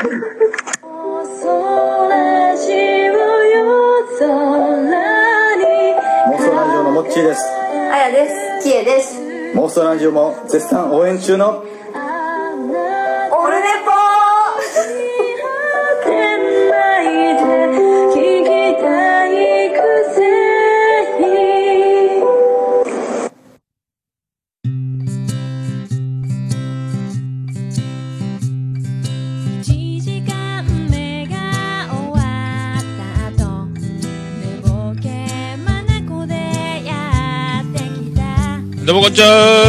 のモッチーです。 あやです。きえです。 妄想ラジオも絶賛応援中のオルネポどうもこんにちは。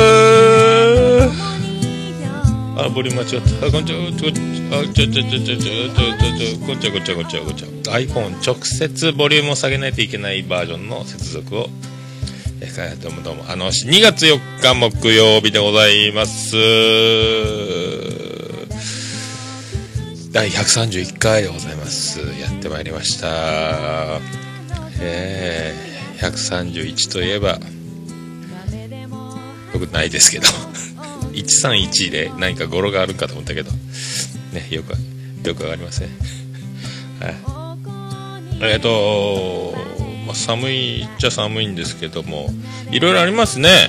あ、ボリューム間違った。こんにちは。iPhone 直接ボリュームを下げないといけないバージョンの接続をどうも2月4日木曜日でございます。第131回でございます。やってまいりました。131といえば僕ないですけど131で何か語呂があるかと思ったけどね、よくわかりません。はい、寒いっちゃ寒いんですけども、いろいろありますね。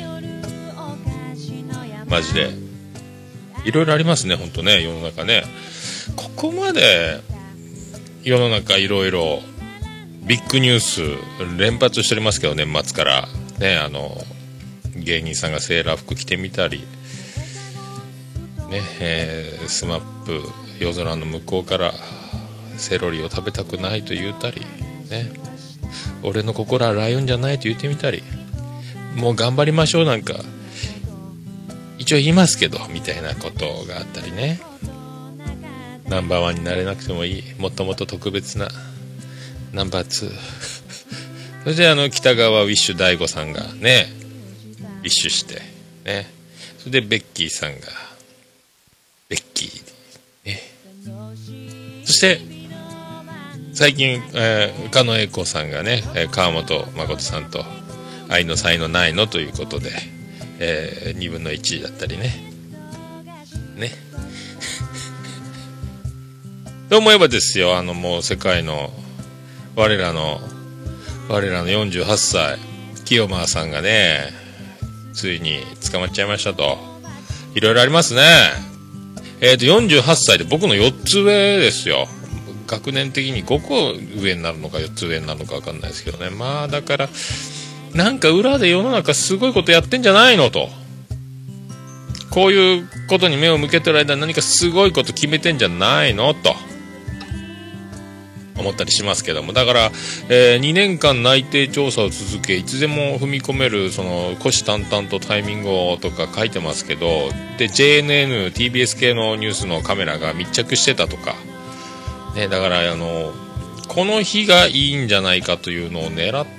マジでいろいろありますね、本当ね。世の中ね、ここまで世の中いろいろビッグニュース連発しておりますけど、年末からね、芸人さんがセーラー服着てみたりね、スマップ夜空の向こうからセロリを食べたくないと言うたりね、俺の心はライオンじゃないと言ってみたり、もう頑張りましょうなんか一応言いますけどみたいなことがあったりね、ナンバーワンになれなくてもいい、もっともっと特別なナンバー2それで北川ウィッシュ大悟さんがねウィッシュしてね、それでベッキーさんがベッキーね、そして最近、狩野英孝さんがね川本誠さんと愛の才のないのということで、2分の1だったりねと思えばですよ、もう世界の我らの48歳清間さんがねついに捕まっちゃいましたと。いろいろありますね。48歳で僕の4つ上ですよ。学年的に5個上になるのか4つ上になるのか分かんないですけどね。まあだからなんか裏で世の中すごいことやってんじゃないのと、こういうことに目を向けてる間に何かすごいこと決めてんじゃないのと思ったりしますけども、だから、2年間内定調査を続け、いつでも踏み込めるその虎視眈々とタイミングをとか書いてますけど、で JNN、TBS 系のニュースのカメラが密着してたとかね、だからこの日がいいんじゃないかというのを狙って、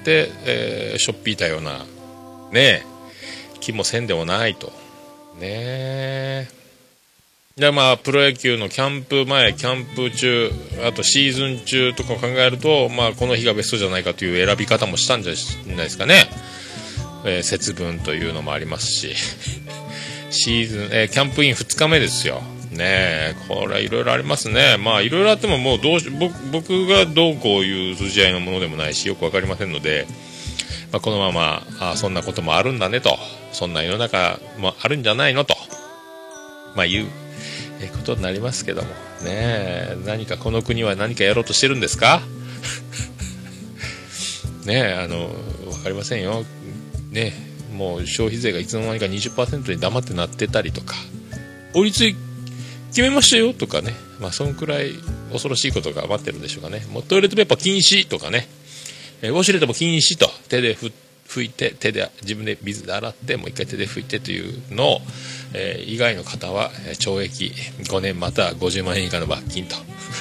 しょっぴいたようなね気もせんでもないとね。でプロ野球のキャンプ前、キャンプ中、あとシーズン中とかを考えると、この日がベストじゃないかという選び方もしたんじゃないですかね。節分というのもありますしシーズン、キャンプイン2日目ですよね。これはいろいろありますね。いろいろあってももう僕がどうこういう筋合いのものでもないしよくわかりませんので、このままそんなこともあるんだねと、そんな世の中もあるんじゃないのということになりますけどもね。何かこの国は何かやろうとしてるんですかね分かりませんよね。もう消費税がいつの間にか 20% に黙ってなってたりとか、法律決めましたよとかね、そのくらい恐ろしいことが待ってるんでしょうかね。もうトイレットペーパー禁止とかね、ウォシュレットも禁止と、手で拭いて、手で自分で水で洗ってもう一回手で拭いてというのを、以外の方は懲役5年または50万円以下の罰金と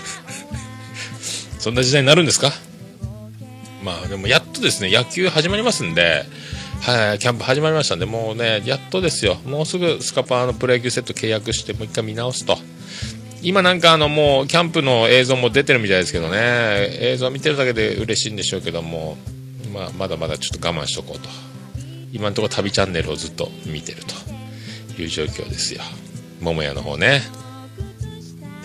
そんな時代になるんですか。でもやっとですね、野球始まりますんで、キャンプ始まりましたんで、もうねやっとですよ。もうすぐスカパーのプロ野球セット契約してもう一回見直すと。今なんかもうキャンプの映像も出てるみたいですけどね、映像見てるだけで嬉しいんでしょうけども、まだまだちょっと我慢しとこうと、今のところ旅チャンネルをずっと見てるという状況ですよ。桃屋の方ね。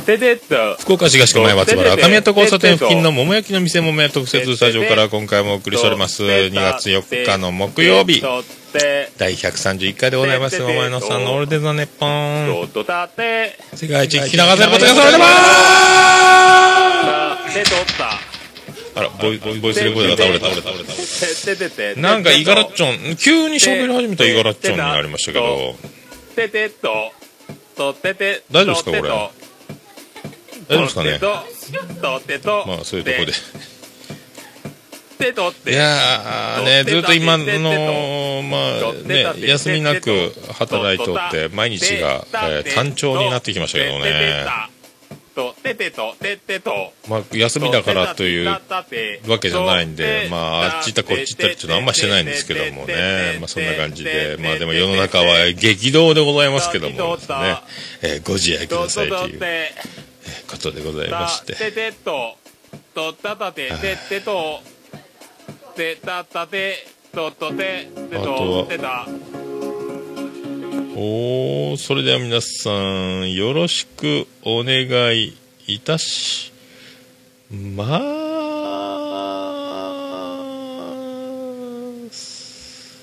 福岡市東区前松原赤宮と交差点付近の桃焼きの店桃屋特設スタジオから今回もお送りしております2月4日の木曜日第131回でございます。桃屋のさんのオールデザネッポン世界一聞き流せることがそれでまーあらボイスレコーダーが倒れたなんかイガラッチョン急に喋り始めたイガラッチョンになりましたけど大丈夫ですかこれ大丈夫ですかねまあそういうとこでいやーねずっと今のまあね休みなく働いとって毎日が、単調になってきましたけどねまあ休みだからというわけじゃないんでまああっち行ったこっち行ったりちょっとあんましてないんですけどもねまあそんな感じでまあでも世の中は激動でございますけどもですね、ご自愛くださいということでございましてあとはそれでは皆さんよろしくお願いいたします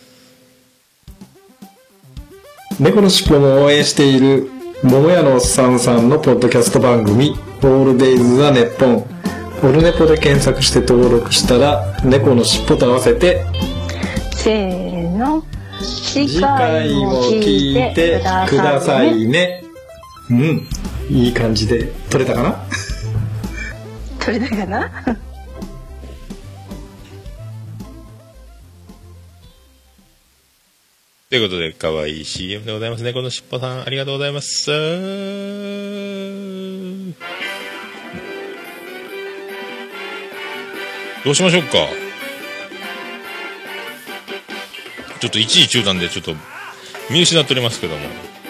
猫のしっぽも応援している桃屋のおっさんさんのポッドキャスト番組オールデイズ・ザ・ネッポンオルネポで検索して登録したら猫のしっぽと合わせてせーの次回も聞いてくださいね。いい感じで撮れたかな撮れたかなということでかわいい CM でございますね。このしっぽさんありがとうございます。どうしましょうか。ちょっと一時中なんでちょっと見失っておりますけども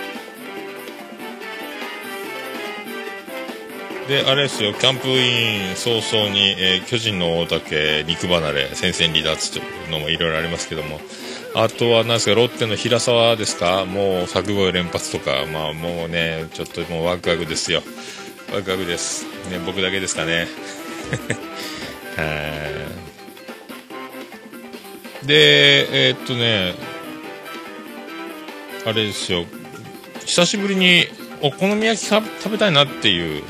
であれですよキャンプイン早々に、巨人の大竹肉離れ戦線離脱というのもいろいろありますけどもあとは何ですかロッテの平沢ですかもう柵越え連発とかまあもうねちょっともうワクワクですよワクワクですね僕だけですかねであれですよ久しぶりにお好み焼き食べたいなっていう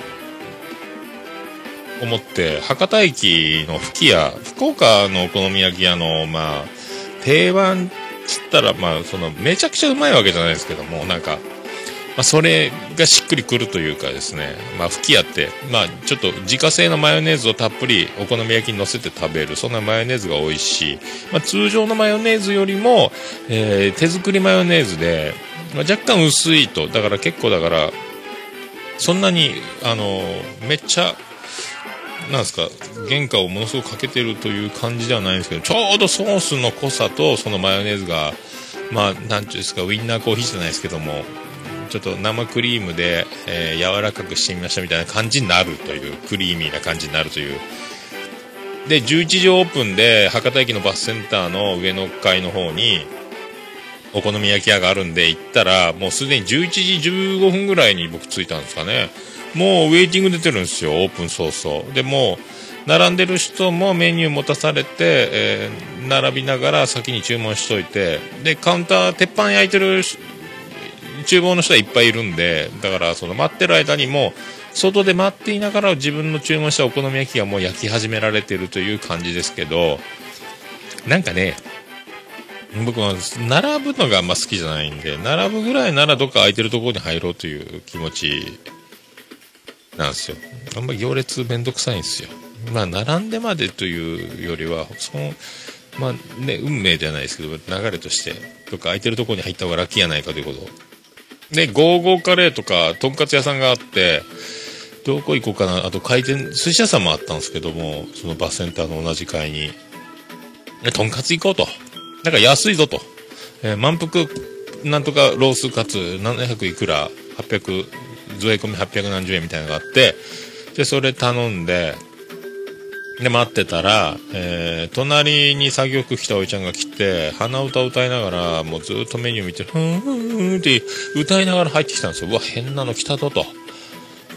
思って博多駅の吹屋福岡のお好み焼き屋のまあ定番つったらまあそのめちゃくちゃうまいわけじゃないですけどもなんかまあ、それがしっくりくるというかですね、まあ、吹き屋って、まあ、ちょっと自家製のマヨネーズをたっぷりお好み焼きに乗せて食べるそんなマヨネーズが美味しい、まあ、通常のマヨネーズよりも、手作りマヨネーズで、まあ、若干薄いとだから結構だからそんなにめっちゃなんですか原価をものすごくかけてるという感じではないんですけどちょうどソースの濃さとそのマヨネーズがまあなんていうんですかウインナーコーヒーじゃないですけどもちょっと生クリームで、柔らかくしてみましたみたいな感じになるというクリーミーな感じになるというで11時オープンで博多駅のバスセンターの上の階の方にお好み焼き屋があるんで行ったらもうすでに11時15分ぐらいに僕着いたんですかねもうウェイティング出てるんですよオープン早々でもう並んでる人もメニュー持たされて、並びながら先に注文しといてでカウンター鉄板焼いてる厨房の人はいっぱいいるんでだからその待ってる間にも外で待っていながら自分の注文したお好み焼きがもう焼き始められてるという感じですけどなんかね僕は並ぶのがあんま好きじゃないんで並ぶぐらいならどっか空いてるところに入ろうという気持ちなんですよあんまり行列めんどくさいんですよまあ並んでまでというよりはそのまあね運命じゃないですけど流れとしてどっか空いてるところに入った方がラッキーやないかということでゴーゴーカレーとかとんかつ屋さんがあってどこ行こうかなあと回転寿司屋さんもあったんですけどもそのバスセンターの同じ階にとんかつ行こうとなんか安いぞと、満腹なんとかロースカツ700いくら800増え込み800何十円みたいなのがあってでそれ頼んでで待ってたら、隣に作業服着たおいちゃんが来て鼻歌を歌いながらもうずっとメニュー見てふんふんって歌いながら入ってきたんですようわ変なの来たぞと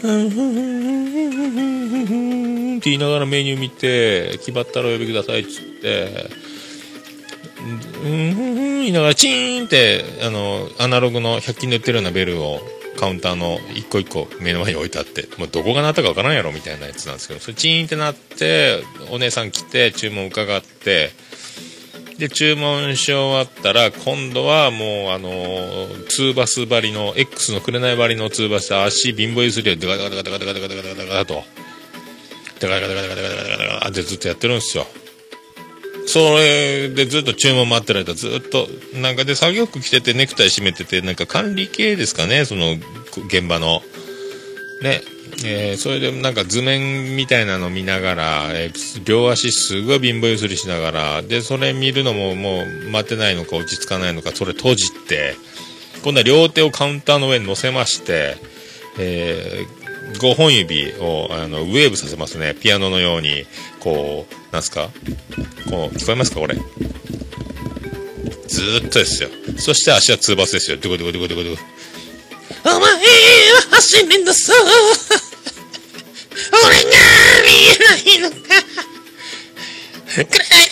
って言いながらメニュー見て、決まったらお呼びくださいっつって、言いながらチーンって、アナログの100均で売ってるようなベルをカウンターの一個一個目の前に置いてあって、もうどこが鳴ったかわからんやろみたいなやつなんですけど、それチーンってなって、お姉さん来て注文伺って、で、注文し終わったら、今度はもうツーバス張りの、X の紅張りのツーバスで足貧乏ゆすりをデカデカデカデカデカデカデカデカデカと、デカデカデカデカデカデカデカってずっとやってるんですよ。それでずっと注文待ってられた、ずっと、なんかで作業服着ててネクタイ締めてて、なんか管理系ですかね、その現場の。ね。それでなんか図面みたいなの見ながら、両足すごい貧乏ゆすりしながら、で、それ見るのももう待てないのか落ち着かないのか、それ閉じて、今度は両手をカウンターの上に乗せまして、5本指をウェーブさせますね。ピアノのように、こう、なんすかこう、聞こえますかこれ。ずーっとですよ。そして足はツーバスですよ。ドゥコドゥコドゥコドゥコドゥコ。お前は走り出そう。俺が見えないのか。くれない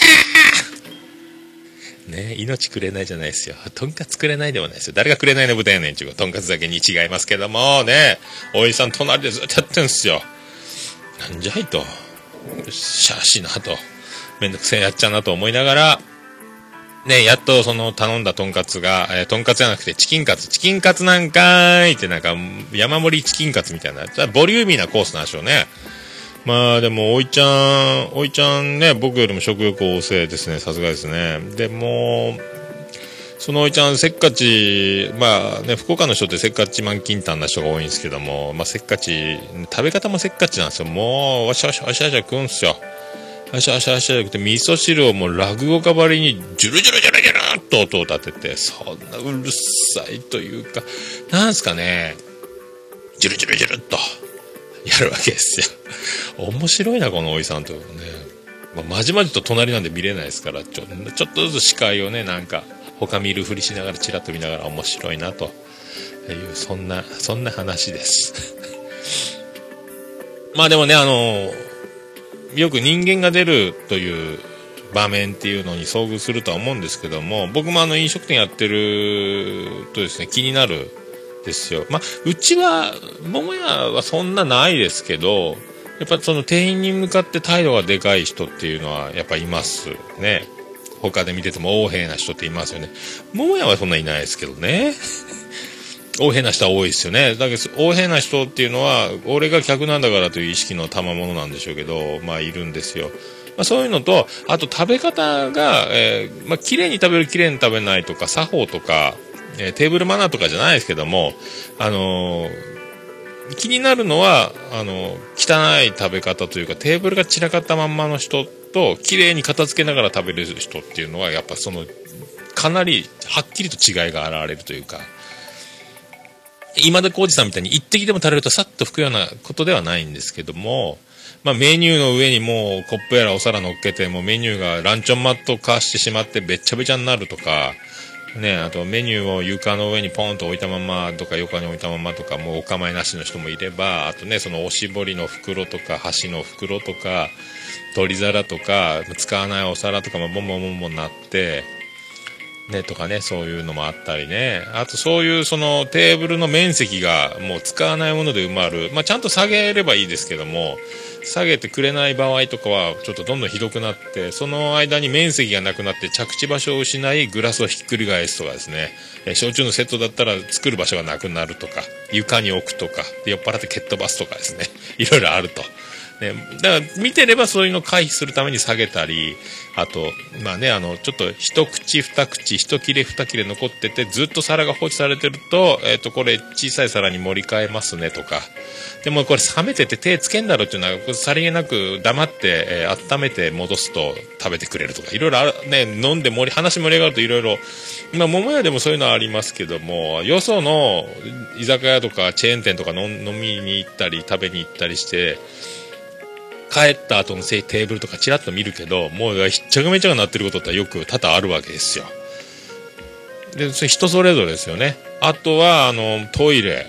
だね、命くれないじゃないですよ。とんかつくれないでもないですよ。誰がくれないの豚やねんちゅうか、とんかつだけに違いますけどもね、おじさん隣でずっとやってんすよ。なんじゃいと。しゃーしなと。めんどくせえやっちゃうなと思いながら、ね、やっとその頼んだとんかつが、とんかつじゃなくてチキンカツなんかーいってなんか山盛りチキンカツみたいな、ボリューミーなコースなんでしょうね。まあでもおいちゃんね、僕よりも食欲旺盛ですね、さすがですね。でもそのおいちゃんせっかち、まあね、福岡の人ってせっかち満金丹な人が多いんですけども、まあせっかち、食べ方もせっかちなんですよ。もうわしゃわしゃわしゃわしゃ食うんすよ。わしゃわしゃわしゃじゃなくて、味噌汁をもう落語家ばりにジュルジュルジュルジュルっと音を立てて、そんなうるさいというか、なんすかね、ジュルジュルジュルっとやるわけですよ。面白いなこのおいさんとね。まじまじと隣なんで見れないですから、ちょっとずつ視界をね、なんか他見るふりしながらチラッと見ながら面白いなという、そんな話ですまあでもね、よく人間が出るという場面っていうのに遭遇するとは思うんですけども、僕も飲食店やってるとですね、気になるですよ。まあうちは桃屋はそんなないですけど、やっぱその店員に向かって態度がでかい人っていうのはやっぱいますね。他で見てても横柄な人っていますよね。桃屋はそんないないですけどね。横柄な人は多いですよね。だけど横柄な人っていうのは俺が客なんだからという意識の賜物なんでしょうけど、まあいるんですよ。まあ、そういうのと、あと食べ方が、まあ綺麗に食べる綺麗に食べないとか作法とか、テーブルマナーとかじゃないですけども、気になるのは汚い食べ方というか、テーブルが散らかったまんまの人と綺麗に片付けながら食べれる人っていうのはやっぱかなりはっきりと違いが現れるというか、今田耕司さんみたいに一滴でも垂れるとさっと拭くようなことではないんですけども、まあメニューの上にもうコップやらお皿乗っけて、もうメニューがランチョンマット化してしまってべっちゃべちゃになるとかね、あとメニューを床の上にポンと置いたままとか床に置いたままとか、もうお構いなしの人もいれば、あとね、そのおしぼりの袋とか箸の袋とか取り皿とか使わないお皿とかもボンボンボンボンなってねとかね、そういうのもあったりね。あとそういうそのテーブルの面積がもう使わないもので埋まる、まあちゃんと下げればいいですけども、下げてくれない場合とかはちょっとどんどんひどくなって、その間に面積がなくなって着地場所を失いグラスをひっくり返すとかですね、焼酎のセットだったら作る場所がなくなるとか、床に置くとかで酔っ払って蹴っ飛ばすとかですね、いろいろあるとね。だから見てればそういうのを回避するために下げたり、あとまあね、ちょっと一口二口一切れ二切れ残っててずっと皿が放置されてると、これ小さい皿に盛り替えますねとか、でもこれ冷めてて手つけんだろっていうのはさりげなく黙って、温めて戻すと食べてくれるとか、いろいろあるね。飲んで話盛り上がるといろいろ、まあ桃屋でもそういうのはありますけども、よその居酒屋とかチェーン店とか飲みに行ったり食べに行ったりして帰った後のテーブルとかチラッと見るけど、もうひっちゃがめちゃがなってることってよく多々あるわけですよ。でそれ人それぞれですよね。あとはトイレ、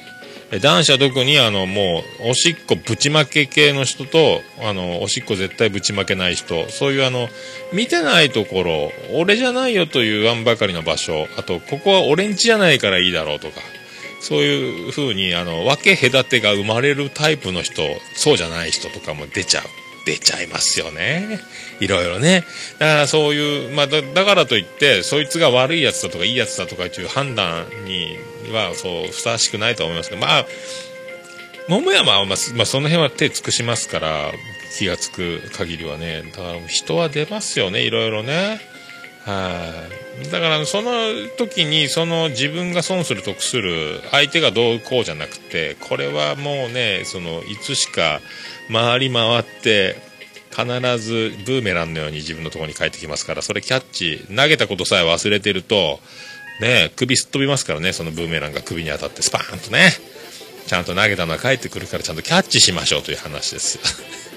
男子は特にもうおしっこぶちまけ系の人とおしっこ絶対ぶちまけない人、そういう見てないところ、俺じゃないよという案ばかりの場所、あとここは俺んちじゃないからいいだろうとか、そういう風に分け隔てが生まれるタイプの人、そうじゃない人とかも出ちゃいますよね。いろいろね。だからそういう、だからといって、そいつが悪いやつだとかいいやつだとかという判断には、そう、ふさわしくないと思いますけど、桃山は、その辺は手尽くしますから、気がつく限りはね。だから人は出ますよね、いろいろね。だからその時に自分が損する得する相手がどうこうじゃなくて、これはもうね、いつしか回り回って必ずブーメランのように自分のところに帰ってきますから、それキャッチ、投げたことさえ忘れてるとね、首すっ飛びますからね、そのブーメランが首に当たってスパーンとね、ちゃんと投げたのは帰ってくるからちゃんとキャッチしましょうという話ですよ。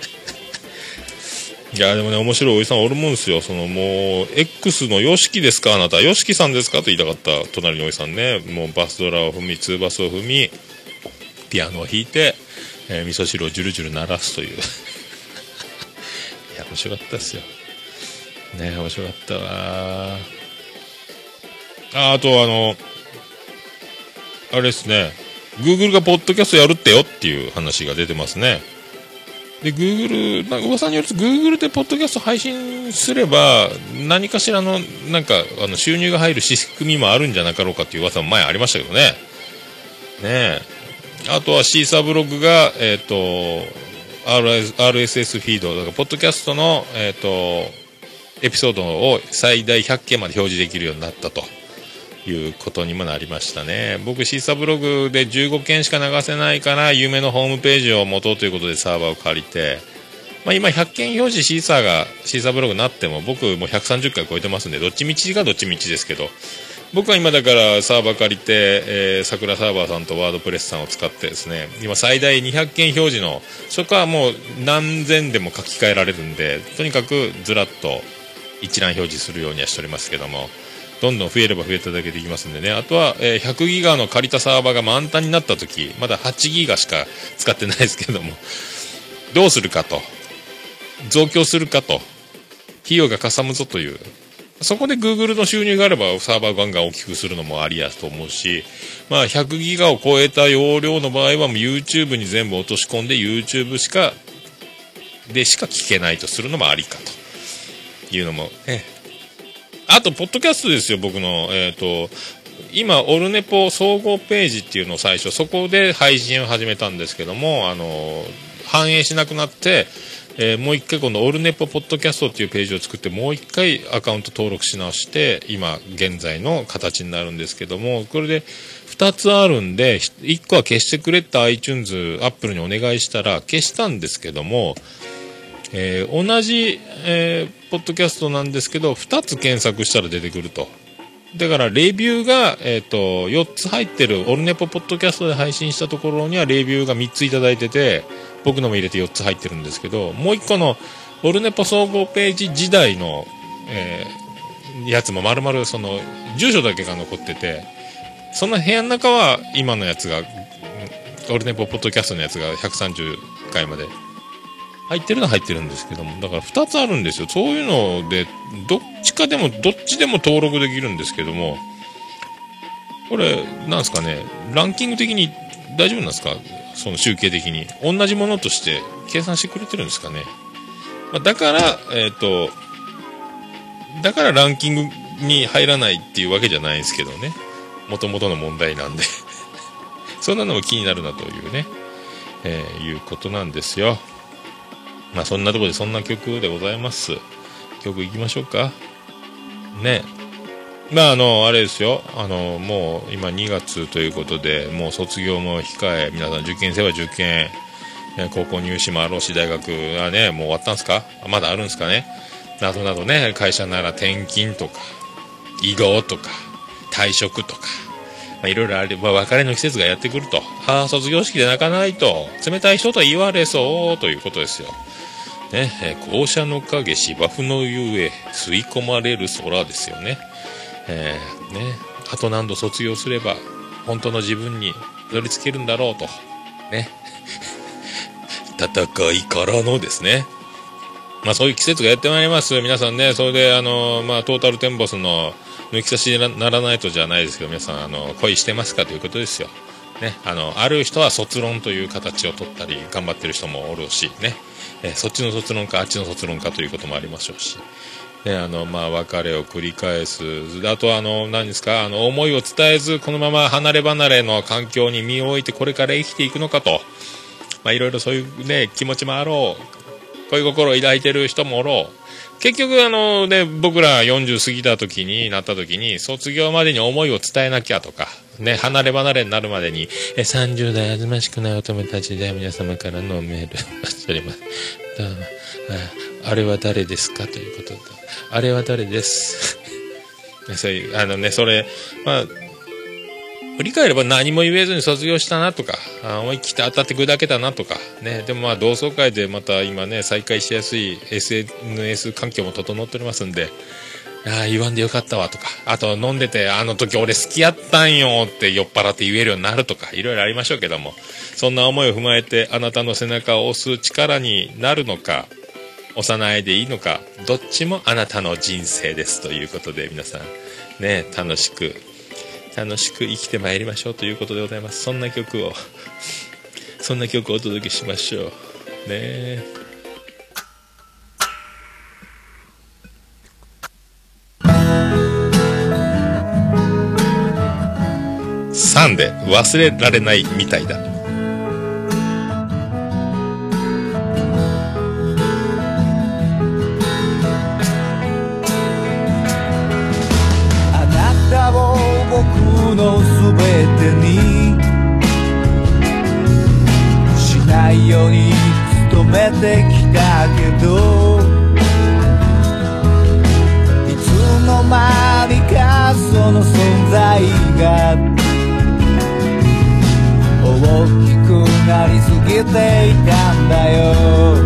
いやでもね、面白いおじさんおるもんですよ。もう X のヨシキですか、あなたヨシキさんですかと言いたかった隣のおじさんね、もうバスドラを踏み、ツーバスを踏み、ピアノを弾いて、味噌汁をジュルジュル鳴らすといういや面白かったですよね、面白かったわ。あとあれですね、 Google がポッドキャストやるってよっていう話が出てますね。で Google、噂によると Google でポッドキャスト配信すれば何かしらの収入が入る仕組みもあるんじゃなかろうかっていう噂も前ありましたけどね。ねえ、あとはシーサーブログがRSS フィードだからポッドキャストのエピソードを最大100件まで表示できるようになったということにもなりましたね。僕シーサーブログで15件しか流せないから夢のホームページを持とうということでサーバーを借りて、今100件表示シーサーブログになっても僕もう130回超えてますんで、どっちみちがどっちみちですけど、僕は今だからサーバー借りて、桜サーバーさんとワードプレスさんを使ってですね、今最大200件表示の、そこはもう何千でも書き換えられるんで、とにかくずらっと一覧表示するようにはしておりますけども、どんどん増えれば増えただけできますんでね。あとは、100ギガの借りたサーバーが満タンになった時、まだ8ギガしか使ってないですけども、どうするかと、増強するかと、費用がかさむぞという、そこで Google の収入があればサーバーガンガン大きくするのもありやと思うし、100ギガを超えた容量の場合はもう YouTube に全部落とし込んで YouTube しか聞けないとするのもありかというのも、あとポッドキャストですよ。僕の今オルネポ総合ページっていうのを最初そこで配信を始めたんですけども、反映しなくなって、もう一回このオルネポポッドキャストっていうページを作ってもう一回アカウント登録し直して今現在の形になるんですけども、これで2つあるんで、1個は消してくれって iTunes、Apple にお願いしたら消したんですけども、同じ、ポッドキャストなんですけど2つ検索したら出てくると。だからレビューが、4つ入ってるオルネポポッドキャストで配信したところにはレビューが3ついただいてて、僕のも入れて4つ入ってるんですけど、もう1個のオルネポ総合ページ時代の、やつも丸々その住所だけが残ってて、その部屋の中は今のやつがオルネポポッドキャストのやつが130回まで入ってるのは入ってるんですけども、だから2つあるんですよ。そういうのでどっちでも登録できるんですけども、これなんですかね、ランキング的に大丈夫なんですか、その集計的に同じものとして計算してくれてるんですかね。だからランキングに入らないっていうわけじゃないんですけどね、元々の問題なんでそんなのも気になるなというね、いうことなんですよ。そんなところでそんな曲でございます。曲いきましょうかね。あれですよ、もう今2月ということで、もう卒業も控え、皆さん受験生は受験、高校入試もあろうし、大学はねもう終わったんですか、まだあるんですかね、などなどね、会社なら転勤とか異動とか退職とか、いろいろあれば別れの季節がやってくると、卒業式で泣かないと冷たい人と言われそうということですよね。校舎の影、芝生の湯へ吸い込まれる空ですよね。あと何度卒業すれば本当の自分にどり着けるんだろうとね戦いからのですね、まあそういう季節がやってまいります。皆さんね、それでまあトータルテンボスの抜き差しにならないとじゃないですけど、皆さん恋してますかということですよね。ある人は卒論という形を取ったり頑張ってる人もおるしね、そっちの卒論かあっちの卒論かということもありましょうし、ね、まあ別れを繰り返す。あと何ですか、思いを伝えずこのまま離れ離れの環境に身を置いてこれから生きていくのかと、まあいろいろそういうね気持ちもあろう、恋心を抱いてる人もおろう。結局ね、僕ら40過ぎた時になった時に卒業までに思いを伝えなきゃとかね、離れ離れになるまでに30代あずましくない乙女たちで皆様からのメールをしております。どうも、あれは誰ですかということで、あれは誰ですそういうそれまあ振り返れば何も言えずに卒業したなとか、思い切って当たって砕けたなとかね。でもまあ同窓会でまた今ね再会しやすい SNS 環境も整っておりますんで、言わんでよかったわとか、あと飲んでて時俺好きやったんよって酔っ払って言えるようになるとか、いろいろありましょうけども、そんな思いを踏まえてあなたの背中を押す力になるのか押さないでいいのか、どっちもあなたの人生ですということで、皆さんね楽しく生きてまいりましょうということでございます。そんな曲をお届けしましょうね。3で忘れられないみたいだ。 のすべてにしないように努めてきたけど、いつの間にかその存在が大きくなりすぎていたんだよ。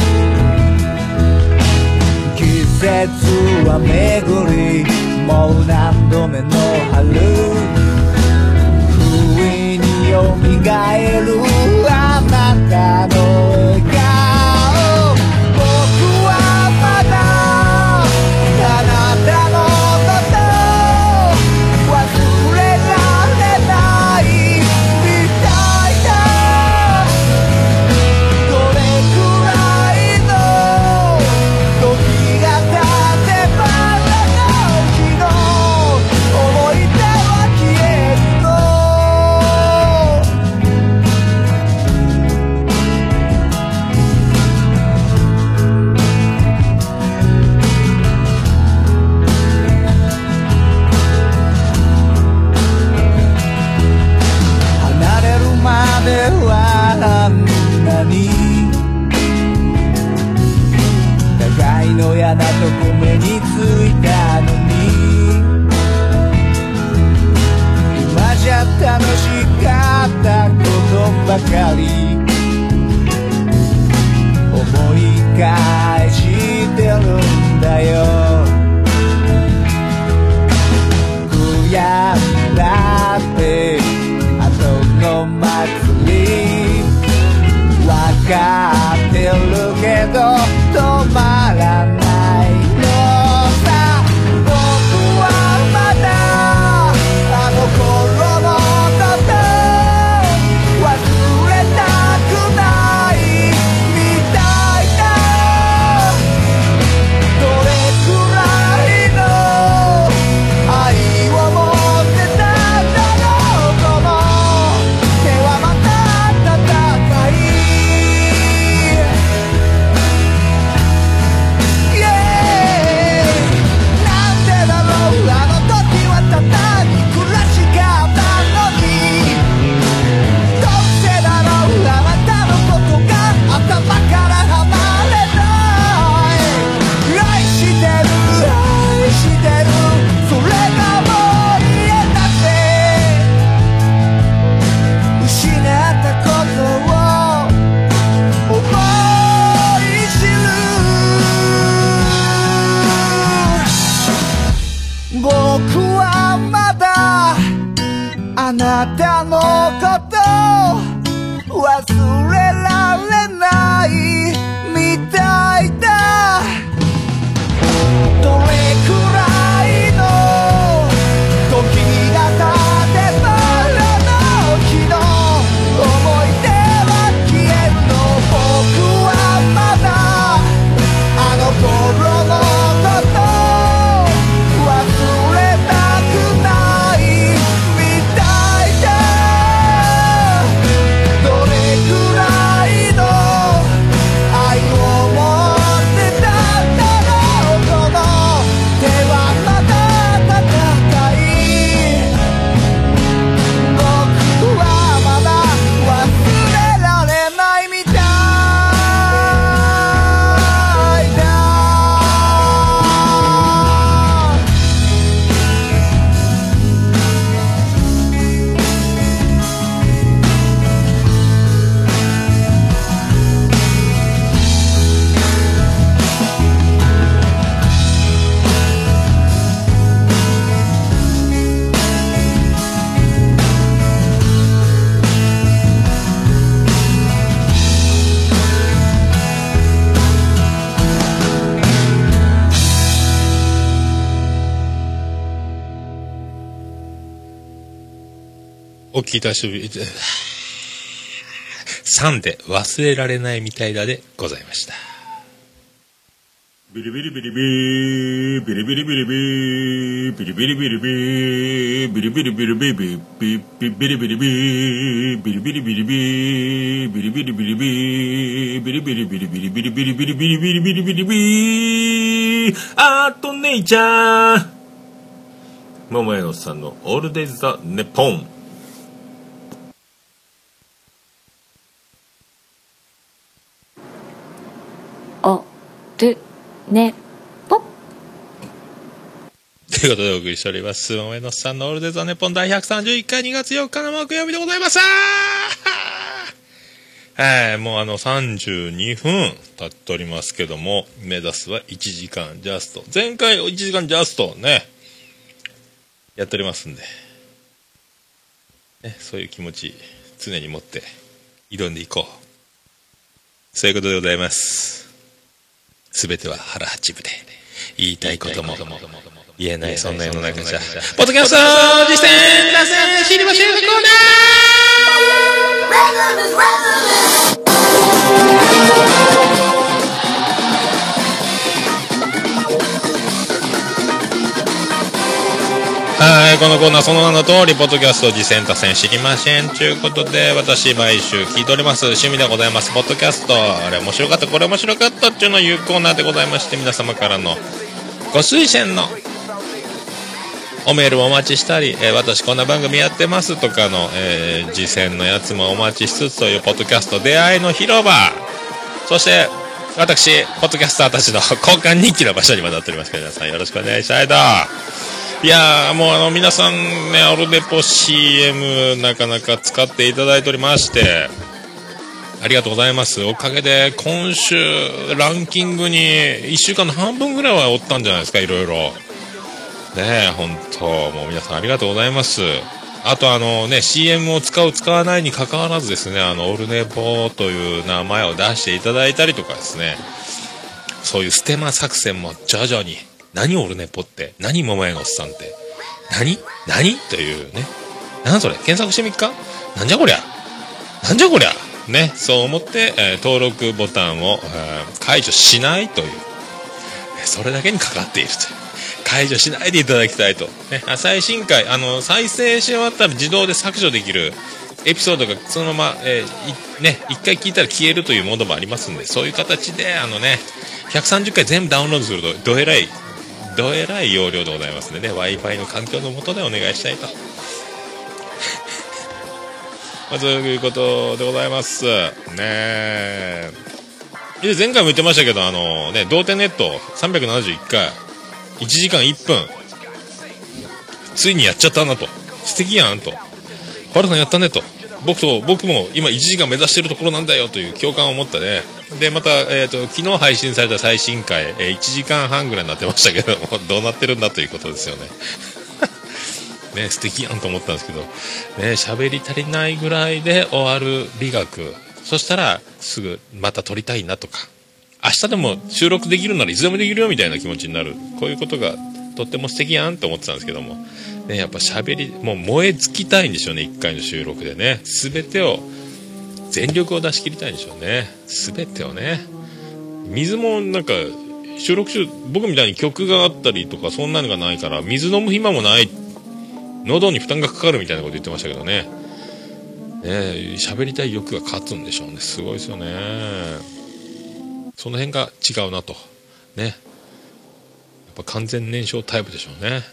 季節は巡りもう何度目の春、不意によみがえるあなたの笑顔、僕はまだあなたのこと忘れられないみたいだ。どれくらいの時が経てば思い出は消えるの。離れるまではあんなに互いの嫌なとこ目についたのに、今じゃ楽しかったことばかり思い返してるんだよ。悔やんだって後の祭り分かってるけど止まらないのさ。僕はまだあの頃のこと忘れたくないみたいだ。どれくらいの愛を持ってたんだろう。この手はまた戦いお聞きいたし3で忘れられないみたいだでございました。ビリビリビリビービリビリビリビービリビリビリビービリビリビリビービリビリビリビービリビリビリビービリビリビリビービリビリビリビリビリビリビリビリビリビリビーアートネイチャー桃屋のさんのオールデイズ・ザ・ネポン。 おるねぽということでお送りしております桃屋のさんのオールデイズ・ザ・ネポン第131回2月4日の木曜日でございます。もう32分経っておりますけども、目指すは1時間ジャスト。前回1時間ジャストねやっておりますんで、ね、そういう気持ち常に持って挑んでいこう、そういうことでございます。すべては腹八分で言いたいことも言えない、そんな世の中じゃ。ポッドキャスト実践脱線知りませんコーナー。このコーナーその名の通りポッドキャスト実践達成知りませんということで、私毎週聞いております趣味でございますポッドキャスト、あれ面白かったこれ面白かったっていうのを言うコーナーでございまして、皆様からのご推薦のおメールもお待ちしたり、私こんな番組やってますとかの、実践のやつもお待ちしつつというポッドキャスト出会いの広場、そして私ポッドキャスターたちの交換日記の場所にもなっておりますから、皆さんよろしくお願いしたいと。いやーもう皆さんね、オルネポ CM なかなか使っていただいておりましてありがとうございます。おかげで今週ランキングに1週間の半分ぐらいはおったんじゃないですか、いろいろねえ。本当もう皆さんありがとうございます。あとね CM を使う使わないに関わらずですね、オルネポという名前を出していただいたりとかですね、そういうステマ作戦も徐々に、何オルネポって、何桃屋のおっさんって、何というね、なんそれ検索してみっか、なんじゃこりゃね、そう思って、登録ボタンを、解除しないという、それだけにかかっているという、解除しないでいただきたいと、ね、最新回再生し終わったら自動で削除できるエピソードがそのまま、ね、一回聞いたら消えるというモードもありますんで、そういう形で130回全部ダウンロードするとどえらい容量でございますのでね、 Wi-Fi の環境の下でお願いしたいとということでございますね。前回も言ってましたけどね、同点ネット371回1時間1分ついにやっちゃったなと、素敵やんと、バルさんやったねと、僕も今1時間目指してるところなんだよという共感を持ったね。でまた、昨日配信された最新回、1時間半ぐらいになってましたけども、どうなってるんだということですよねね、素敵やんと思ったんですけどね、喋り足りないぐらいで終わる美学、そしたらすぐまた撮りたいなとか、明日でも収録できるならいつでもできるよみたいな気持ちになる、こういうことがとっても素敵やんと思ってたんですけどもね、やっぱ喋りもう燃え尽きたいんでしょうね、1回の収録でね、全てを全力を出し切りたいんでしょうね、全てをね。水もなんか収録中僕みたいに曲があったりとかそんなのがないから水飲む暇もない、喉に負担がかかるみたいなこと言ってましたけどね、喋りたい欲が勝つんでしょうね、すごいですよね。その辺が違うなとね、やっぱ完全燃焼タイプでしょうね。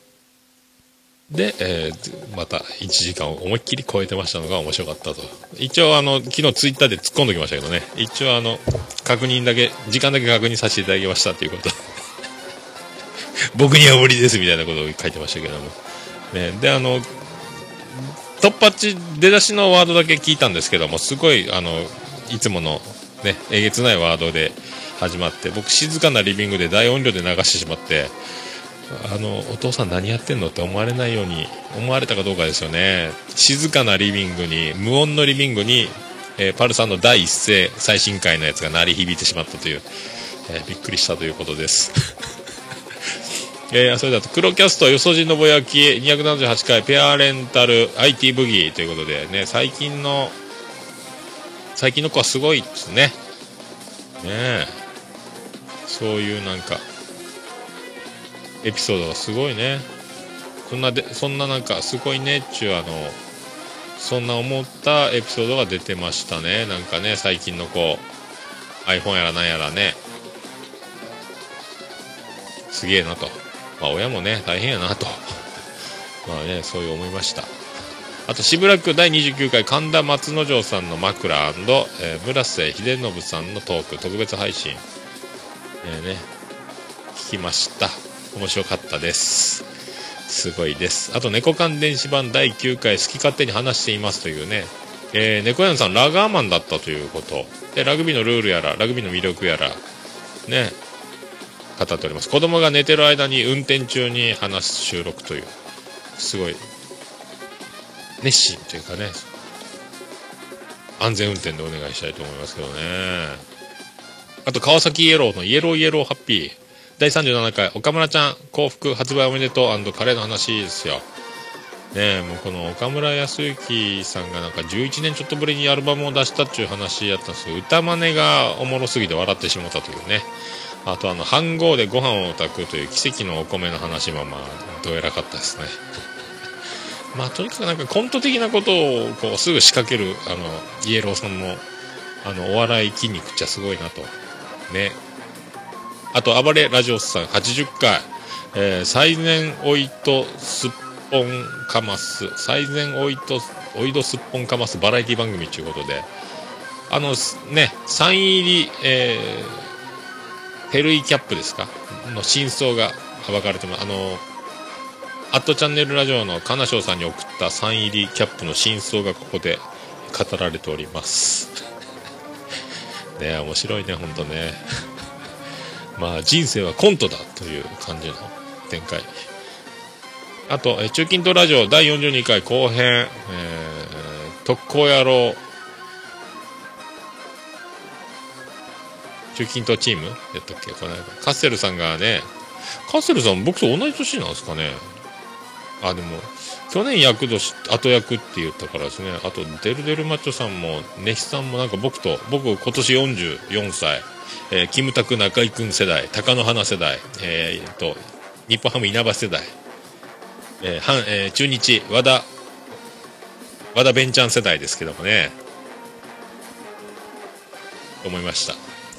で、また1時間を思いっきり超えてましたのが面白かったと。一応昨日ツイッターで突っ込んでおきましたけどね、一応確認だけ時間だけ確認させていただきましたということ僕には無理ですみたいなことを書いてましたけどもね。で突発出だしのワードだけ聞いたんですけども、すごいいつものねえげつないワードで始まって、僕静かなリビングで大音量で流してしまって、お父さん何やってんのって思われないように思われたかどうかですよね。静かなリビングに、無音のリビングに、パルさんの第一声最新回のやつが鳴り響いてしまったという、びっくりしたということですそれだと黒キャストよそじのぼやき278回ペアレンタル IT ブギーということでね、最近の子はすごいですね。ねえ、そういうなんかエピソードがすごいね。そんななんかすごいねっちゅうそんな思ったエピソードが出てましたね。なんかね、最近の子 iPhone やらなんやらね、すげえなと、まあ親もね大変やなとまあね、そういう思いました。あとしぶらく第29回神田松之丞さんの枕村瀬秀信さんのトーク特別配信、聞きました。面白かったです。すごいです。あと猫缶電子版第9回好き勝手に話していますというね、猫屋さんラガーマンだったということで、ラグビーのルールやらラグビーの魅力やらね語っております。子供が寝てる間に運転中に話す収録という、すごい熱心というかね、安全運転でお願いしたいと思いますけどね。あと川崎イエローのイエローイエローハッピー第37回岡村ちゃん幸福発売おめでとう&カレーの話ですよね。もうこの岡村康之さんがなんか11年ちょっとぶりにアルバムを出したっていう話やったんですけど、歌真似がおもろすぎて笑ってしまったというね。あと飯盒でご飯を炊くという奇跡のお米の話もまあどうやらかったですねまあとにかくなんかコント的なことをこうすぐ仕掛けるイエローさんのお笑い筋肉っちゃすごいなとね。あと暴れラジオスさん80回、最善おいとすっぽんかます最善おいどすっぽんかますバラエティ番組ということでサイン入り、ペルイキャップですかの真相が暴かれてます。アットチャンネルラジオの金賞さんに送ったサイン入りキャップの真相がここで語られておりますね。面白いねほんとねまあ人生はコントだという感じの展開。あと中近東ラジオ第42回後編、特攻野郎中近東チームやったっけ、この間カッセルさんがね、カッセルさん僕と同じ年なんですかね。でも去年役年後役って言ったからですね。あとデルデルマッチョさんもネヒさんもなんか僕今年44歳、キムタク中居君世代、貴乃花世代、日本ハム稲葉世代、中日和田ベンチャン世代ですけどもね、思いました。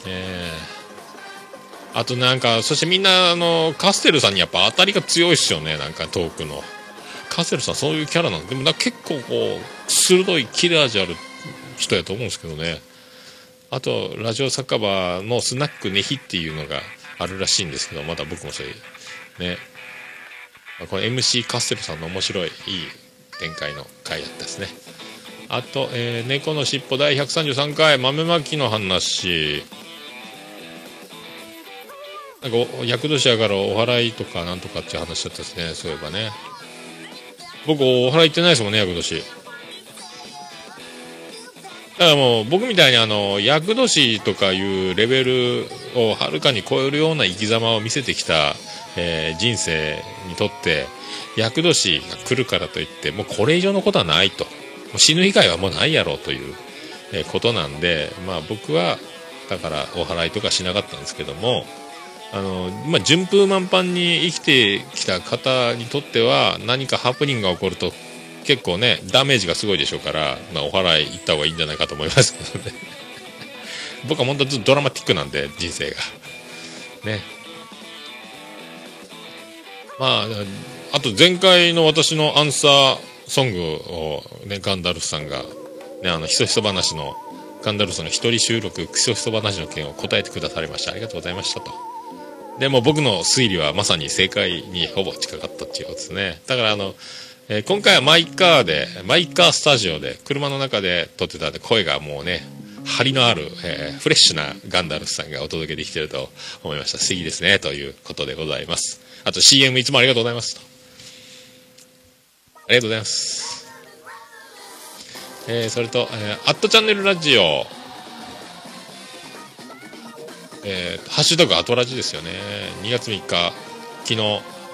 あとなんかそしてみんなカステルさんにやっぱ当たりが強いっすよね。なんかトークのカステルさんそういうキャラなんで、でも結構こう鋭い切れ味ある人やと思うんですけどね。あとラジオ酒場のスナックネヒっていうのがあるらしいんですけど、まだ僕もそれね、この MC カステルさんの面白いいい展開の回だったですね。あと、猫のしっぽ第133回豆まきの話、なんか厄年やからお祓いとかなんとかっていう話だったですね。そういえばね、僕お祓い行ってないですもんね、厄年。だからもう僕みたいに厄年とかいうレベルをはるかに超えるような生き様を見せてきた、人生にとって厄年が来るからといってもうこれ以上のことはないと、もう死ぬ以外はもうないやろうという、ことなんで、まあ僕はだからお祓いとかしなかったんですけども、順風満帆に生きてきた方にとっては何かハプニングが起こると結構ねダメージがすごいでしょうから、お祓い行った方がいいんじゃないかと思いますけどね僕は本当にドラマティックなんで人生がね。まあと前回の私のアンサーソングをねガンダルフさんがねひそひそ話のガンダルフさんの一人収録ひそひそ話の件を答えてくださりました。ありがとうございましたと。でも僕の推理はまさに正解にほぼ近かったっていうことですね。だから今回はマイカースタジオで車の中で撮ってたんで、声がもうね張りのある、フレッシュなガンダルフさんがお届けできてると思いました。素敵ですねということでございます。あと CM いつもありがとうございますと。ありがとうございます。それと、アットチャンネルラジオ、ハッシュタグアトラジですよね。2月3日昨日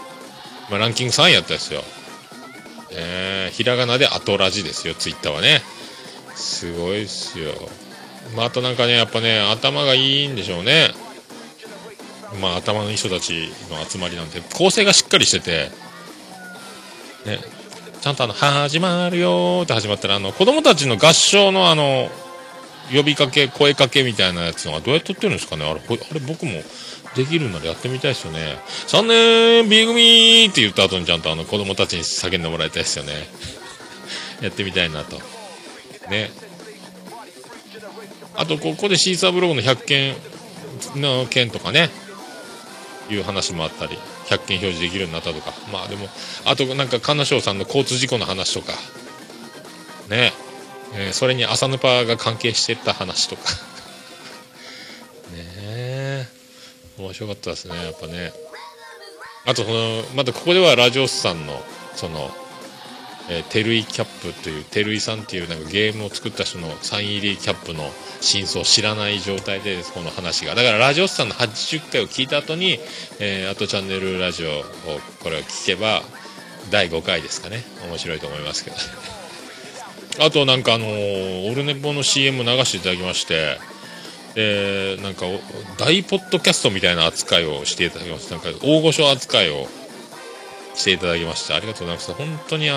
まあ、ランキング3位やったですよ。ひらがなでアトラジですよ、ツイッターはね。すごいっすよ。まあ、あとなんかね、やっぱね、頭がいいんでしょうね。まあ、頭のいい人たちの集まりなんで、構成がしっかりしてて、ね、ちゃんと始まるよーって始まったら、子供たちの合唱の呼びかけ、声かけみたいなやつのはどうやって撮ってるんですかね。あれ僕もできるならやってみたいですよね。3年 B 組って言った後にちゃんと子供たちに叫んでもらいたいですよね。やってみたいなと。ね。あと、ここでシーサーブログの100件の件とかね、いう話もあったり、100件表示できるようになったとか。まあでも、あとなんか、金賞さんの交通事故の話とか、ね。それに朝ヌパが関係してた話とか。ねえ。面白かったですね、やっぱね。あとまたここではラジオスさんのテルイキャップというテルイさんっていうなんかゲームを作った人のサイン入りキャップの真相を知らない状態でこの話が、だからラジオスさんの80回を聞いた後に、あとチャンネルラジオをこれを聞けば第5回ですかね、面白いと思いますけどあとなんかオルネポの CM 流していただきまして、なんか大ポッドキャストみたいな扱いをしていただきました。なんか大御所扱いをしていただきましてありがとうございます。本当に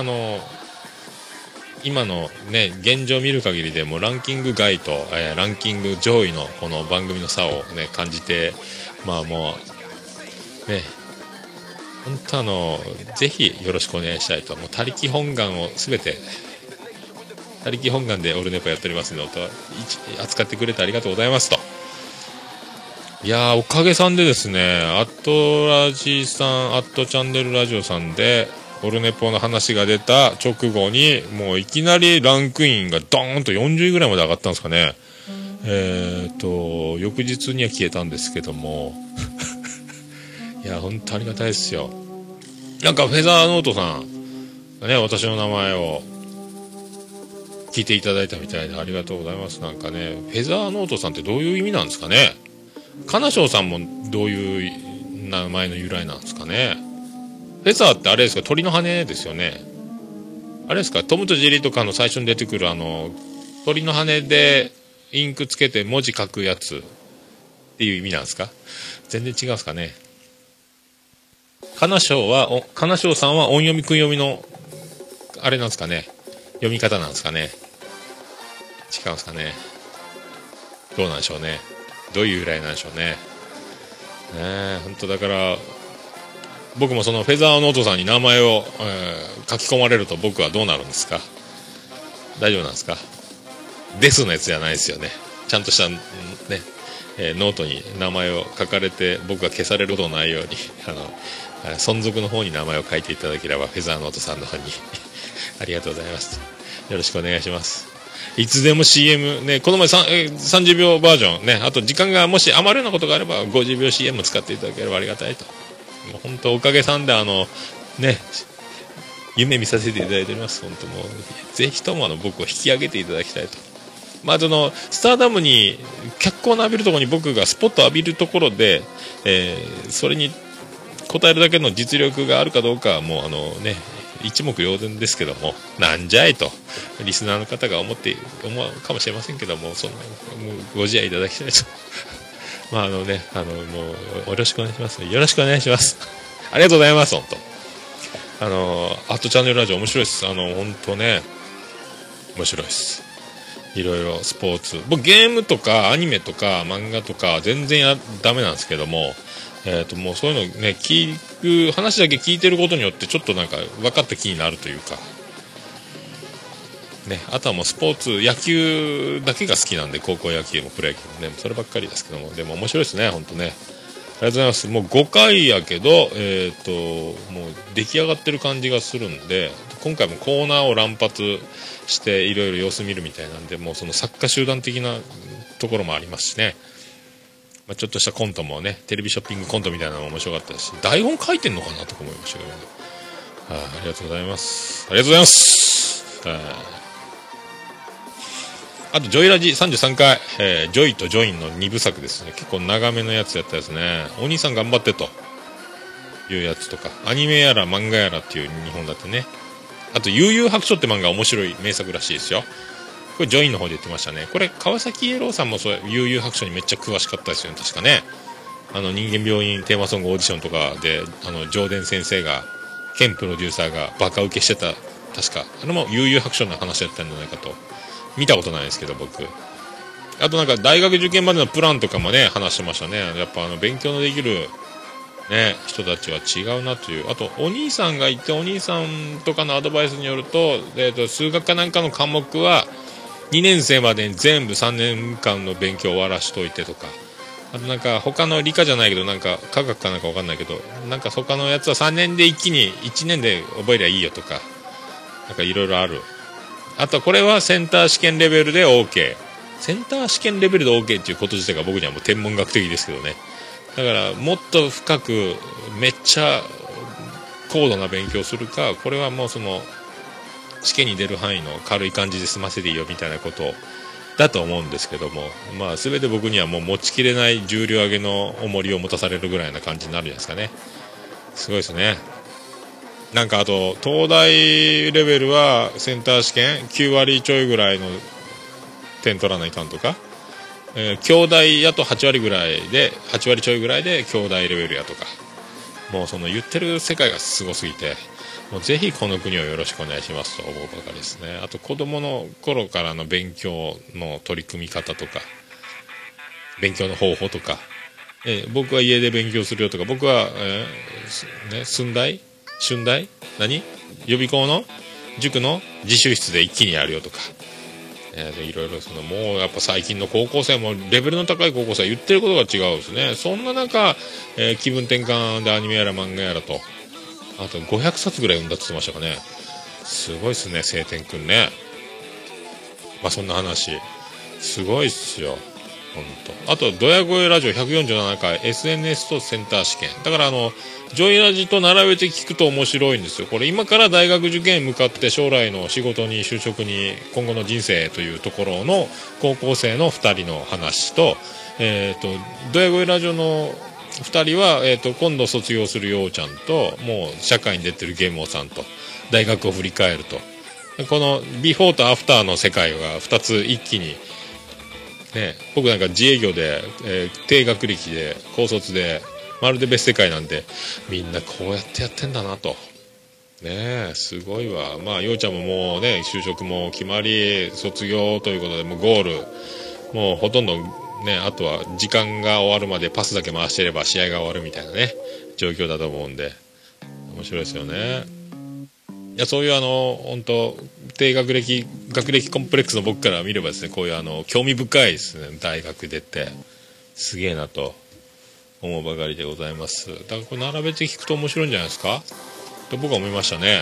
今のね現状を見る限りでもランキング外と、ランキング上位のこの番組の差をね感じて、まあもうね本当ぜひよろしくお願いしたいと。もう他力本願をすべて他力本願でオルネポやっておりますので扱ってくれてありがとうございますと。いやーおかげさんでですね、アットラジさん、アットチャンネルラジオさんでオルネポの話が出た直後にもういきなりランクインがドーンと40位ぐらいまで上がったんですかね。翌日には消えたんですけどもいや本当ありがたいですよ。なんかフェザーノートさんがね私の名前を聞いていただいたみたいでありがとうございます。なんかねフェザーノートさんってどういう意味なんですかね。金賞さんもどういう名前の由来なんですかね。フェザーってあれですか、鳥の羽ですよね。あれですか、トムとジェリーとかの最初に出てくる鳥の羽でインクつけて文字書くやつっていう意味なんですか。全然違うんですかね。金賞さんは音読み訓読みのあれなんですかね、読み方なんですかね。違うんですかね。どうなんでしょうね。どういう由来なんでしょうね。本当だから僕もそのフェザーノートさんに名前を、書き込まれると僕はどうなるんですか。大丈夫なんですか。ですのやつじゃないですよね。ちゃんとしたね、ノートに名前を書かれて僕が消されることのないように存続の方に名前を書いていただければフェザーノートさんの方にありがとうございます。よろしくお願いします。いつでも CM ね、この前30秒バージョンね、あと時間がもし余るようなことがあれば50秒 CM 使っていただければありがたいと。もう本当おかげさんでね夢見させていただいております。本当もうぜひとも僕を引き上げていただきたいと。まあスターダムに脚光の浴びるところに僕がスポット浴びるところで、それに応えるだけの実力があるかどうかはもうね一目瞭然ですけども、なんじゃいとリスナーの方が思うかもしれませんけども、もうご自愛いただきたいとまあもうよろしくお願いします。よろしくお願いしますありがとうございます。本当アットチャンネルラジオ面白いです。本当ね面白いです。いろいろスポーツ、僕ゲームとかアニメとか漫画とか全然ダメなんですけども、もうそういうのね話だけ聞いてることによってちょっとなんか分かった気になるというかね。あとはもうスポーツ野球だけが好きなんで、高校野球もプロ野球もねそればっかりですけども、でも面白いですね本当ね。ありがとうございます。もう5回やけどもう出来上がってる感じがするんで、今回もコーナーを乱発していろいろ様子見るみたいなんで、もうその作家集団的なところもありますしね。ちょっとしたコントもね、テレビショッピングコントみたいなのも面白かったですし、台本書いてんのかなとか思いましたけどね。ありがとうございます。ありがとうございます。あとジョイラジ33回、ジョイとジョインの2部作ですね。結構長めのやつやったですね。お兄さん頑張ってというやつとか、アニメやら漫画やらっていう日本だってね。あと悠々白書って漫画面白い名作らしいですよ。これジョインの方で言ってましたね。これ川崎イエローさんもそう悠々白書にめっちゃ詳しかったですよね、確かね。人間病院テーマソングオーディションとかで上田先生がケンプロデューサーがバカ受けしてた、確かも悠々白書の話だったんじゃないかと。見たことないですけど僕。あとなんか大学受験までのプランとかもね話してましたね。やっぱ勉強のできるね人たちは違うなという。あとお兄さんがいて、お兄さんとかのアドバイスによると、数学かなんかの科目は2年生までに全部3年間の勉強を終わらしといてとか、あとなんか他の理科じゃないけどなんか科学かなんか分かんないけど、なんか他のやつは3年で一気に1年で覚えりゃいいよとか、なんかいろいろある。あとこれはセンター試験レベルで OK、 センター試験レベルで OK っていうこと自体が僕にはもう天文学的ですけどね。だからもっと深くめっちゃ高度な勉強するか、これはもうその試験に出る範囲の軽い感じで済ませていいよみたいなことだと思うんですけども、まあ全て僕にはもう持ちきれない重量上げの重りを持たされるぐらいな感じになるんじゃないですかね。すごいですね。なんかあと東大レベルはセンター試験9割ちょいぐらいの点取らないかんとか、京大やと8割ぐらいで8割ちょいぐらいで京大レベルやとか、もうその言ってる世界がすごすぎて、もうぜひこの国をよろしくお願いしますと思うばかりですね。あと子供の頃からの勉強の取り組み方とか勉強の方法とか、僕は家で勉強するよとか、僕は、春大何予備校の塾の自習室で一気にやるよとか、いろいろもうやっぱ最近の高校生もレベルの高い高校生は言ってることが違うですね。そんな中、気分転換でアニメやら漫画やらと、あと500冊ぐらい読んだって言ってましたかね。すごいっすね、晴天くんね。まあそんな話すごいっすよ本当。あとドヤ声ラジオ147回 SNS とセンター試験だから、ジョイラジと並べて聞くと面白いんですよ。これ今から大学受験に向かって将来の仕事に就職に今後の人生というところの高校生の2人の話と、ドヤ声ラジオの2人は、今度卒業するようちゃんと、もう社会に出てるゲームオさんと大学を振り返ると、このビフォーとアフターの世界が2つ一気にね、僕なんか自営業で、低学歴で高卒でまるで別世界なんで、みんなこうやってやってんだなとね。すごいわ。まあようちゃんももうね就職も決まり卒業ということで、もうゴールもうほとんどね、あとは時間が終わるまでパスだけ回してれば試合が終わるみたいなね状況だと思うんで面白いですよね。いや、そういう本当低学歴コンプレックスの僕から見ればですね、こういう興味深いですね。大学出てすげえなと思うばかりでございます。だからこれ並べて聞くと面白いんじゃないですかと僕は思いましたね。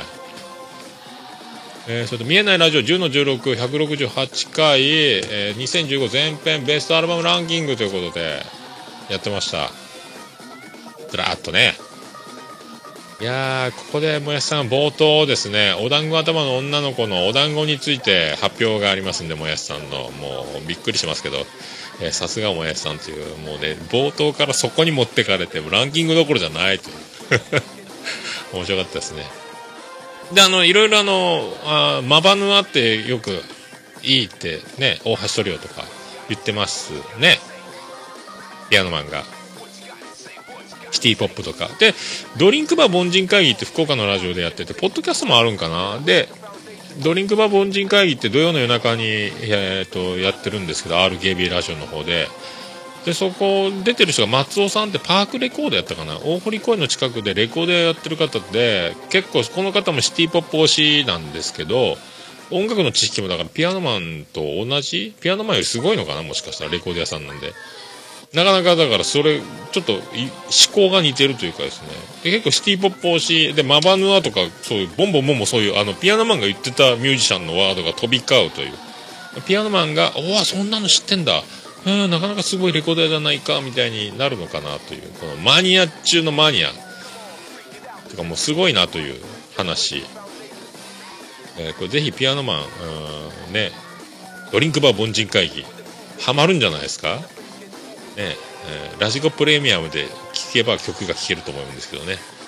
それと見えないラジオ10の16、168回、2015前編ベストアルバムランキングということでやってました。ずらーっとね。いやー、ここでもやしさん冒頭ですね、お団子頭の女の子のお団子について発表がありますんで、もやしさんのもうびっくりしますけど、さすがもやしさんという、もうね冒頭からそこに持ってかれてランキングどころじゃないという面白かったですね。でいろいろマバヌアってよくいいってね、大橋トリオとか言ってますね。ピアノマンがシティポップとかで、ドリンクバー凡人会議って福岡のラジオでやってて、ポッドキャストもあるんかな。でドリンクバー凡人会議って土曜の夜中に、やってるんですけど、 RKB ラジオの方でそこ出てる人が松尾さんってパークレコードやったかな、大堀公園の近くでレコードやってる方で、結構この方もシティポップ推しなんですけど、音楽の知識もだからピアノマンと同じ、ピアノマンよりすごいのかな、もしかしたらレコード屋さんなんで、なかなかだからそれちょっと思考が似てるというかですね。で結構シティポップ推しでマバヌアとかそういうボンボンボンもそういうピアノマンが言ってたミュージシャンのワードが飛び交うという、ピアノマンがおおそんなの知ってんだ、なかなかすごいレコード屋じゃないかみたいになるのかなという、このマニア中のマニアとかもうすごいなという話、これぜひピアノマンね、ドリンクバー凡人会議ハマるんじゃないですかね。ラジコプレミアムで聴けば曲が聴けると思うんですけどね、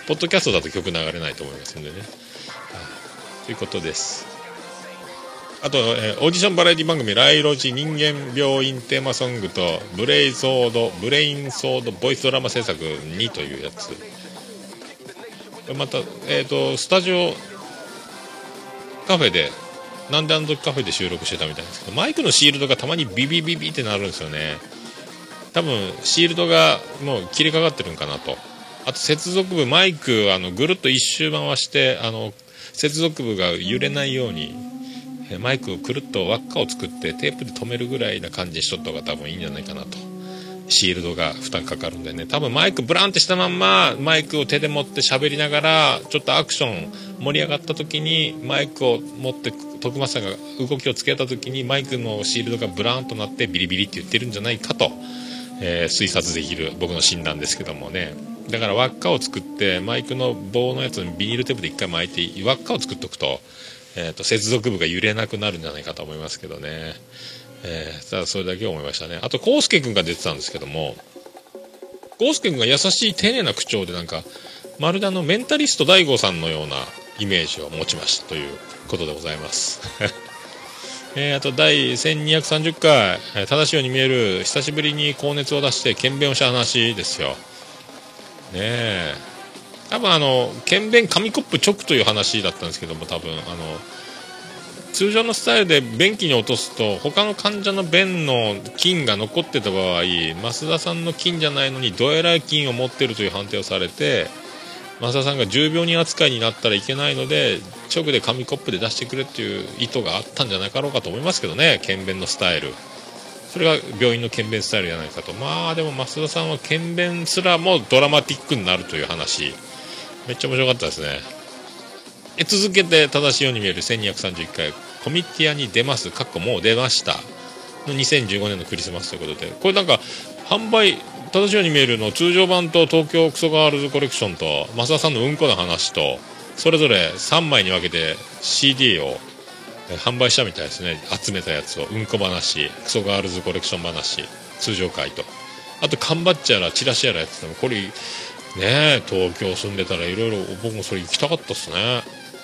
ポッドキャストだと曲流れないと思いますんでね、ということです。あと、オーディションバラエティ番組ライロジ人間病院テーマソングとブレインソードボイスドラマ制作2というやつ、また、スタジオカフェでなんであの時カフェで収録してたみたいですけど、マイクのシールドがたまにビビビビってなるんですよね。多分シールドがもう切れかかってるんかなと。あと接続部マイクぐるっと一周回して接続部が揺れないようにマイクをくるっと輪っかを作ってテープで留めるぐらいな感じにしとった方が多分いいんじゃないかなと。シールドが負担かかるんでね、多分マイクブランってしたまんまマイクを手で持って喋りながらちょっとアクション盛り上がった時にマイクを持って徳松さんが動きをつけた時にマイクのシールドがブラーンとなってビリビリって言ってるんじゃないかと、推察できる僕の診断ですけどもね。だから輪っかを作ってマイクの棒のやつにビニールテープで一回巻いて輪っかを作っておくと、接続部が揺れなくなるんじゃないかと思いますけどね。ただそれだけ思いましたね。あとコウスケ君が出てたんですけども、コウスケ君が優しい丁寧な口調でなんかまるでメンタリスト大悟さんのようなイメージを持ちましたということでございますあと第1230回正しいように見える久しぶりに高熱を出して検便をした話ですよね。え多分検便紙コップ直という話だったんですけども、多分通常のスタイルで便器に落とすと他の患者の便の菌が残ってた場合、増田さんの菌じゃないのにどえらい菌を持ってるという判定をされて、増田さんが重病人扱いになったらいけないので直で紙コップで出してくれっていう意図があったんじゃなかろうかと思いますけどね。検便のスタイル、それが病院の検便スタイルじゃないかと。まあでも増田さんは検便すらもドラマティックになるという話、めっちゃ面白かったですね。続けて正しいように見える1231回コミティアに出ますもう出ましたの2015年のクリスマスということで、これなんか販売正しいように見えるの通常版と東京クソガールズコレクションと増田さんのうんこの話とそれぞれ3枚に分けて CD を販売したみたいですね。集めたやつをうんこ話、クソガールズコレクション話、通常回と、あと缶バッジやらチラシやらやってたの、これね、東京住んでたらいろいろ僕もそれ行きたかったっすね。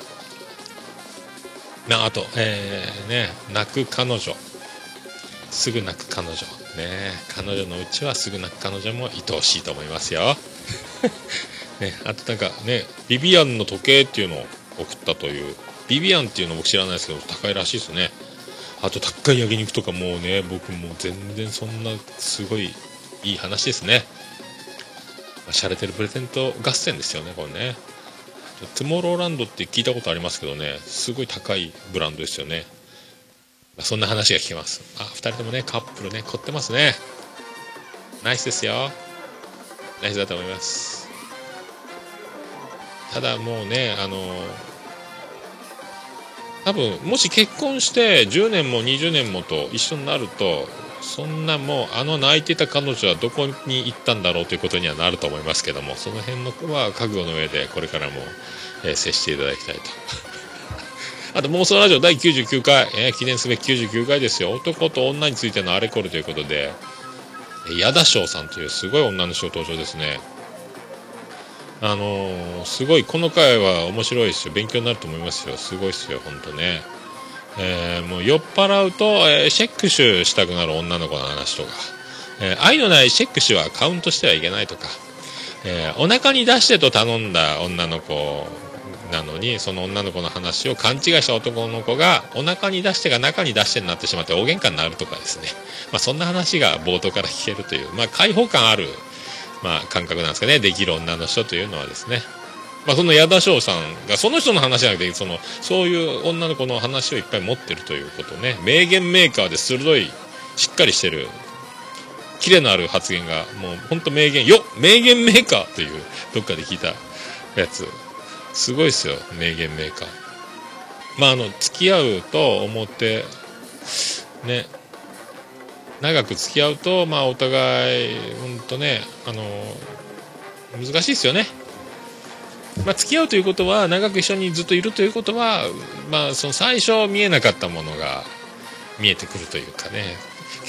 あと、泣く彼女、すぐ泣く彼女ね、彼女のうちはすぐ泣く彼女も愛おしいと思いますよね、あとなんかね、ビビアンの時計っていうのを送ったという、ビビアンっていうの僕知らないですけど高いらしいですね。あと高い焼肉とかもうね、僕もう全然そんなすごいいい話ですね。洒落てるプレゼント合戦ですよね、これね。トゥモローランドって聞いたことありますけどね、すごい高いブランドですよね。そんな話が聞けます。2人ともね、カップルね、凝ってますね。ナイスですよ。ナイスだと思います。ただもうね、多分もし結婚して10年も20年もと一緒になると、そんなもう泣いてた彼女はどこに行ったんだろうということにはなると思いますけども、その辺のは覚悟の上でこれからも、接していただきたいとあと妄想ラジオ第99回、記念すべき99回ですよ。男と女についてのあれこれということで、矢田翔さんというすごい女の人登場ですね。すごいこの回は面白いですよ。勉強になると思いますよ。すごいですよ本当ね。もう酔っ払うと、シェックシュしたくなる女の子の話とか、愛のないシェックシュはカウントしてはいけないとか、お腹に出してと頼んだ女の子なのに、その女の子の話を勘違いした男の子がお腹に出してが中に出してになってしまって大喧嘩になるとかですね、そんな話が冒頭から聞けるという、開放感ある、感覚なんですかね、できる女の人というのはですね。その矢田翔さんがその人の話じゃなくて、そういう女の子の話をいっぱい持ってるということね。名言メーカーで鋭い、しっかりしてる、キレのある発言がもう本当名言メーカーというどっかで聞いたやつ、すごいですよ、名言メーカー。付き合うと思ってね、長く付き合うとお互い本当ね、難しいですよね。付き合うということは長く一緒にずっといるということは、その最初見えなかったものが見えてくるというかね、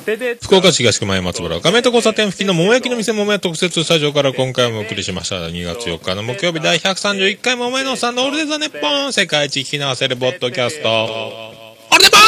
福岡市東区前松原亀戸交差点付近の桃焼きの店桃屋特設スタジオから今回もお送りしました2月4日の木曜日第131回桃屋のおっさんのオールデザネッポン世界一聞き流せるポッドキャストオールデポ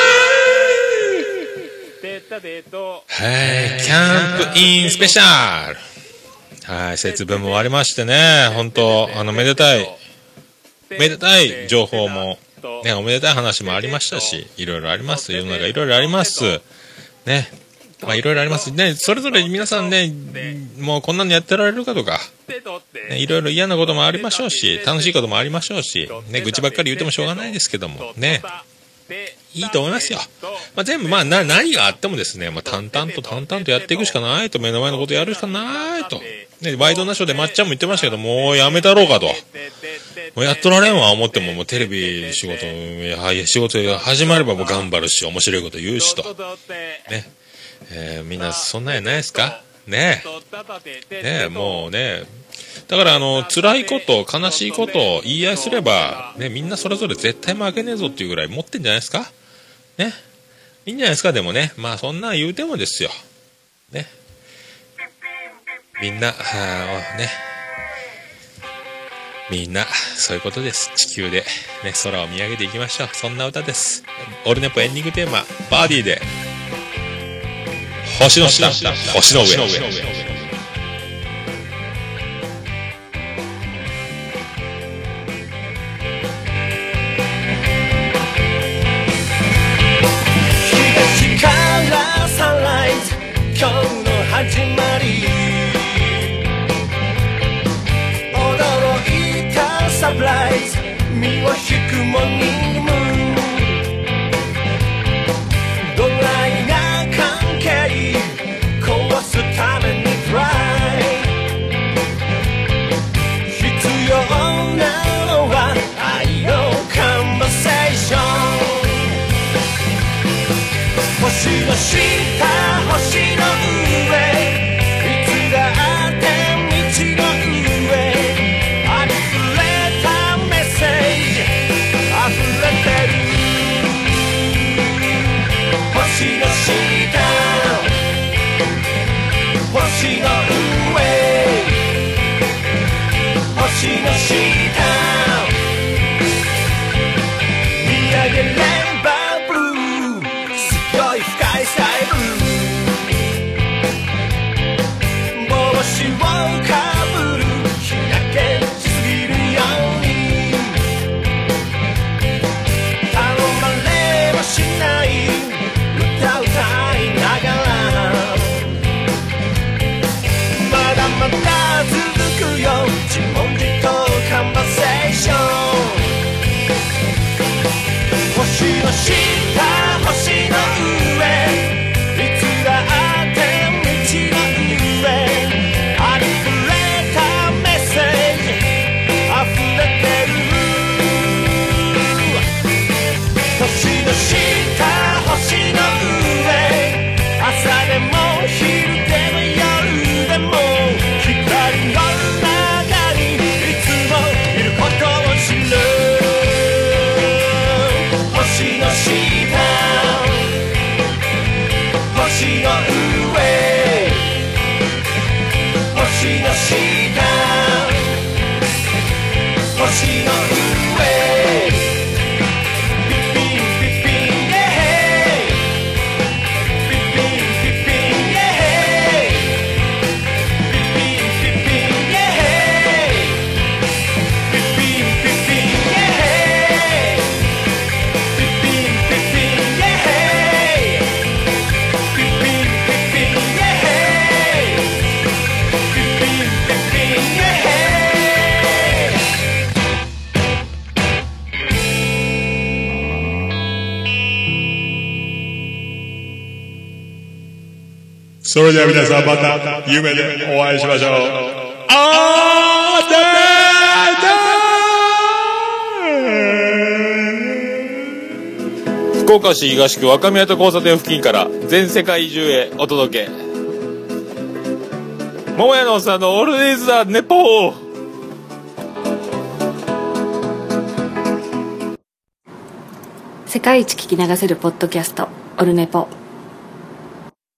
ンはいキャンプインスペシャルはい節分も終わりましてね本当めでたい情報もねおめでたい話もありましたしいろいろあります世の中いろいろありますねまあいろいろありますねそれぞれ皆さんねもうこんなのやってられるかとかねいろいろ嫌なこともありましょうし楽しいこともありましょうしね愚痴ばっかり言ってもしょうがないですけどもねいいと思いますよ、まあ、全部まあ何があってもですね、まあ、淡々とやっていくしかないと目の前のことやるしかないと、ね、ワイドナショーでまっちゃんも言ってましたけどもうやめたろうかともうやっとられんわ思ってももうテレビ仕事が始まればもう頑張るし面白いこと言うしとねみんなそんなんやないですかねもうねだから辛いこと悲しいことを言い合いすればねみんなそれぞれ絶対負けねえぞっていうぐらい持ってんじゃないですかねいいんじゃないですかでもねまあそんなん言うてもですよねみんなみんなそういうことです地球でね空を見上げていきましょうそんな歌ですオルネポエンディングテーマバーディーで星の下星の上東からサンライズ今日の始まりサプライズ身を引くモーニングムーンドライな関係壊すためにトライ必要なのは愛のカンバセーション星の下星の上いつだって道の上星の下星の上星の下見上げればブルーすごい深いスカイブルー帽子をかぶる日焼けしすぎるように頼まれはしない歌いながらまだまだ続くよ自問自答カンバセーション星の下星の上いつだって道の上ありふれたメッセージ溢れてる星の下星の上朝でも昼でも夜でも光の中にいつもいることを知る星の下星の上星の下星の上それでは皆さんまた夢でお会いしましょう。福岡市東区若宮と交差点付近から全世界中へお届け。桃屋のおっさんのオールディーズ・ザ・ネポー。 世界一聞き流せるポッドキャストオルネポ。